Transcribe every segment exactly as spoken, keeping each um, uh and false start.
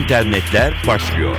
internetler başlıyor.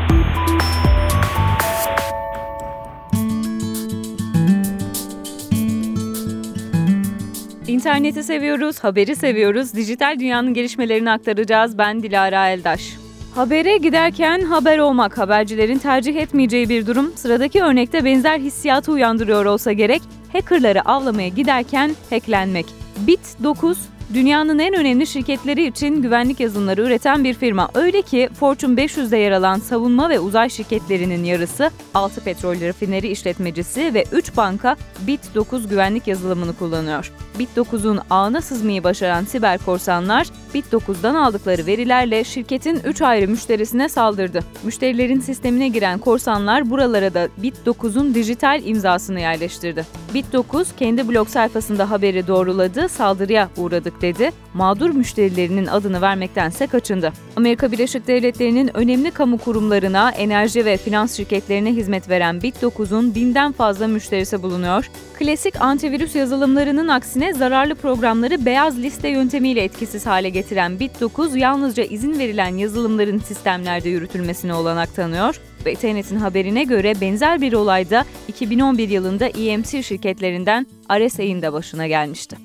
İnterneti seviyoruz, haberi seviyoruz. Dijital dünyanın gelişmelerini aktaracağız. Ben Dilara Eldaş. Habere giderken haber olmak, habercilerin tercih etmeyeceği bir durum. Sıradaki örnekte benzer hissiyatı uyandırıyor olsa gerek. Hackerları avlamaya giderken hacklenmek. Bit dokuz, dünyanın en önemli şirketleri için güvenlik yazılımları üreten bir firma. Öyle ki Fortune beş yüzde yer alan savunma ve uzay şirketlerinin yarısı, altı petrol rafineri işletmecisi ve üç banka Bit dokuz güvenlik yazılımını kullanıyor. Bit dokuzun ağına sızmayı başaran siber korsanlar, Bit dokuzdan aldıkları verilerle şirketin üç ayrı müşterisine saldırdı. Müşterilerin sistemine giren korsanlar buralara da Bit dokuzun dijital imzasını yerleştirdi. Bit dokuz kendi blog sayfasında haberi doğruladı, saldırıya uğradık dedi. Mağdur müşterilerinin adını vermektense kaçındı. Amerika Birleşik Devletleri'nin önemli kamu kurumlarına, enerji ve finans şirketlerine hizmet veren Bit dokuzun binden fazla müşterisi bulunuyor. Klasik antivirüs yazılımlarının aksine zararlı programları beyaz liste yöntemiyle etkisiz hale getiren Bit dokuz yalnızca izin verilen yazılımların sistemlerde yürütülmesine olanak tanıyor. ve T N T'in haberine göre benzer bir olayda iki bin on bir yılında E M C şirketlerinden R S A'nin de başına gelmişti.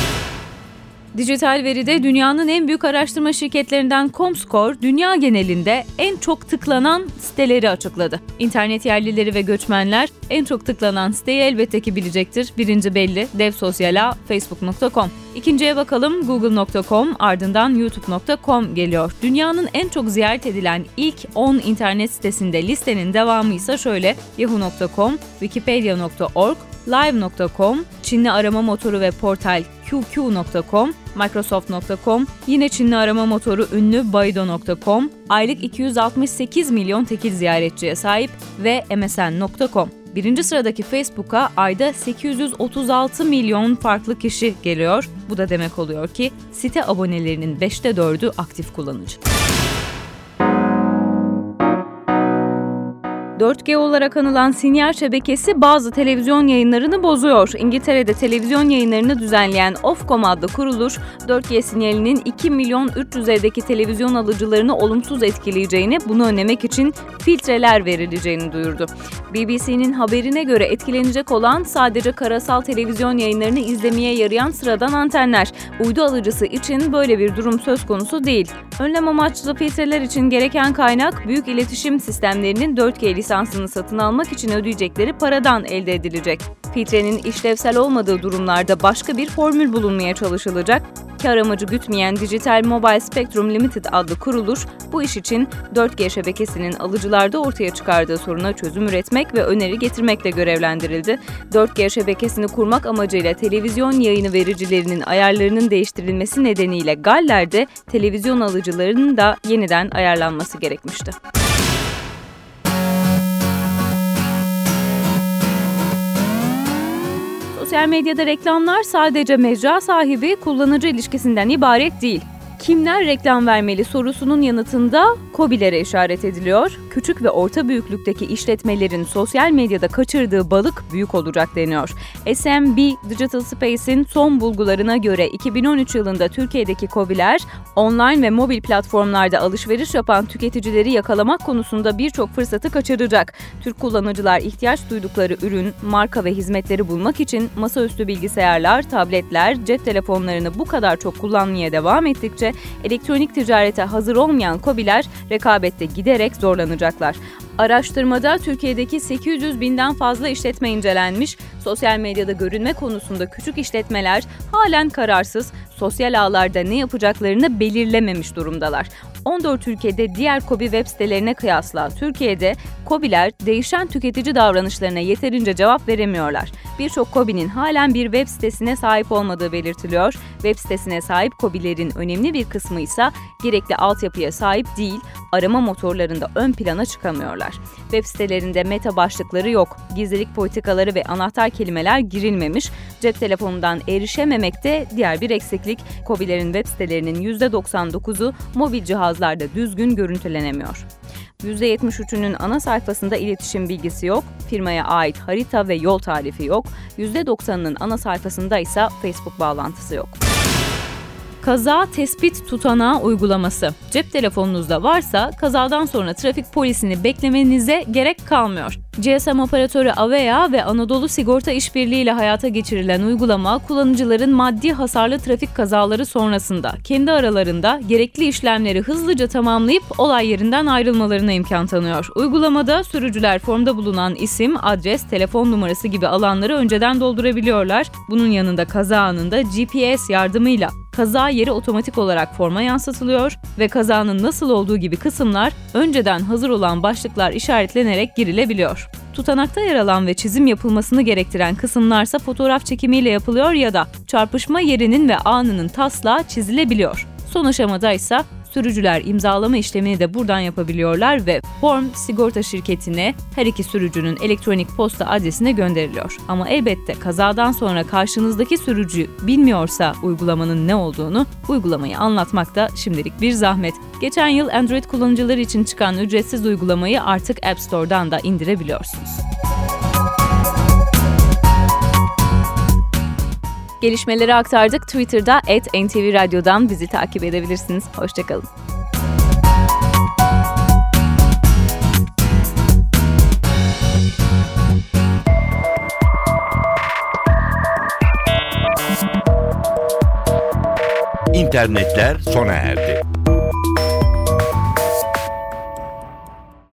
Dijital veride dünyanın en büyük araştırma şirketlerinden Comscore, dünya genelinde en çok tıklanan siteleri açıkladı. İnternet yerlileri ve göçmenler en çok tıklanan siteyi elbette ki bilecektir. Birinci belli, dev sosyal ağ facebook nokta com. İkinciye bakalım, google nokta com, ardından youtube nokta com geliyor. Dünyanın en çok ziyaret edilen ilk on internet sitesinde listenin devamı ise şöyle: yahoo nokta com, wikipedia nokta org, live nokta com, Çinli arama motoru ve portal Q Q nokta com, microsoft nokta com, yine Çinli arama motoru ünlü baidu nokta com, aylık iki yüz altmış sekiz milyon tekil ziyaretçiye sahip ve M S N nokta com. Birinci sıradaki Facebook'a ayda sekiz yüz otuz altı milyon farklı kişi geliyor. Bu da demek oluyor ki site abonelerinin beşte dördü aktif kullanıcı. dört G olarak anılan sinyal şebekesi bazı televizyon yayınlarını bozuyor. İngiltere'de televizyon yayınlarını düzenleyen Ofcom adlı kuruluş, dört G sinyalinin iki milyon üç yüz evdeki televizyon alıcılarını olumsuz etkileyeceğini, bunu önlemek için filtreler verileceğini duyurdu. B B C'nin haberine göre etkilenecek olan sadece karasal televizyon yayınlarını izlemeye yarayan sıradan antenler. Uydu alıcısı için böyle bir durum söz konusu değil. Önlem amaçlı filtreler için gereken kaynak, büyük iletişim sistemlerinin dört G lisansını satın almak için ödeyecekleri paradan elde edilecek. Filtrenin işlevsel olmadığı durumlarda başka bir formül bulunmaya çalışılacak. Kar amacı gütmeyen Digital Mobile Spectrum Limited adlı kuruluş, bu iş için dört G şebekesinin alıcılarda ortaya çıkardığı soruna çözüm üretmek ve öneri getirmekle görevlendirildi. dört G şebekesini kurmak amacıyla televizyon yayını vericilerinin ayarlarının değiştirilmesi nedeniyle Galler'de televizyon alıcılarının da yeniden ayarlanması gerekmişti. Sosyal medyada reklamlar sadece mecra sahibi kullanıcı ilişkisinden ibaret değil. Kimler reklam vermeli sorusunun yanıtında KOBİ'lere işaret ediliyor. Küçük ve orta büyüklükteki işletmelerin sosyal medyada kaçırdığı balık büyük olacak deniyor. S M B Digital Space'in son bulgularına göre iki bin on üç yılında Türkiye'deki KOBİ'ler online ve mobil platformlarda alışveriş yapan tüketicileri yakalamak konusunda birçok fırsatı kaçıracak. Türk kullanıcılar ihtiyaç duydukları ürün, marka ve hizmetleri bulmak için masaüstü bilgisayarlar, tabletler, cep telefonlarını bu kadar çok kullanmaya devam ettikçe elektronik ticarete hazır olmayan KOBİ'ler rekabette giderek zorlanacaklar. Araştırmada Türkiye'deki sekiz yüz binden fazla işletme incelenmiş. Sosyal medyada görünme konusunda küçük işletmeler halen kararsız, sosyal ağlarda ne yapacaklarını belirlememiş durumdalar. on dört ülkede diğer KOBİ web sitelerine kıyasla Türkiye'de KOBİ'ler değişen tüketici davranışlarına yeterince cevap veremiyorlar. Birçok KOBİ'nin halen bir web sitesine sahip olmadığı belirtiliyor. Web sitesine sahip KOBİ'lerin önemli bir kısmı ise gerekli altyapıya sahip değil, arama motorlarında ön plana çıkamıyorlar. Web sitelerinde meta başlıkları yok, gizlilik politikaları ve anahtar kelimeler girilmemiş, cep telefonundan erişememek de diğer bir eksiklik. KOBİ'lerin web sitelerinin yüzde doksan dokuzu mobil cihazlarda düzgün görüntülenemiyor. yüzde yetmiş üçünün ana sayfasında iletişim bilgisi yok, firmaya ait harita ve yol tarifi yok, yüzde doksanının ana sayfasında ise Facebook bağlantısı yok. Kaza tespit tutanağı uygulaması. Cep telefonunuzda varsa kazadan sonra trafik polisini beklemenize gerek kalmıyor. G S M operatörü Avea ve Anadolu Sigorta İşbirliği ile hayata geçirilen uygulama, kullanıcıların maddi hasarlı trafik kazaları sonrasında kendi aralarında gerekli işlemleri hızlıca tamamlayıp olay yerinden ayrılmalarına imkan tanıyor. Uygulamada sürücüler formda bulunan isim, adres, telefon numarası gibi alanları önceden doldurabiliyorlar. Bunun yanında kaza anında G P S yardımıyla kaza yeri otomatik olarak forma yansıtılıyor ve kazanın nasıl olduğu gibi kısımlar önceden hazır olan başlıklar işaretlenerek girilebiliyor. Tutanakta yer alan ve çizim yapılmasını gerektiren kısımlarsa fotoğraf çekimiyle yapılıyor ya da çarpışma yerinin ve anının taslağı çizilebiliyor. Son aşamada ise sürücüler imzalama işlemini de buradan yapabiliyorlar ve form sigorta şirketine her iki sürücünün elektronik posta adresine gönderiliyor. Ama elbette kazadan sonra karşınızdaki sürücü bilmiyorsa uygulamanın ne olduğunu, uygulamayı anlatmak da şimdilik bir zahmet. Geçen yıl Android kullanıcıları için çıkan ücretsiz uygulamayı artık App Store'dan da indirebiliyorsunuz. Gelişmeleri aktardık. Twitter'da at N T V Radyo'dan bizi takip edebilirsiniz. Hoşçakalın. İnternetler sona erdi.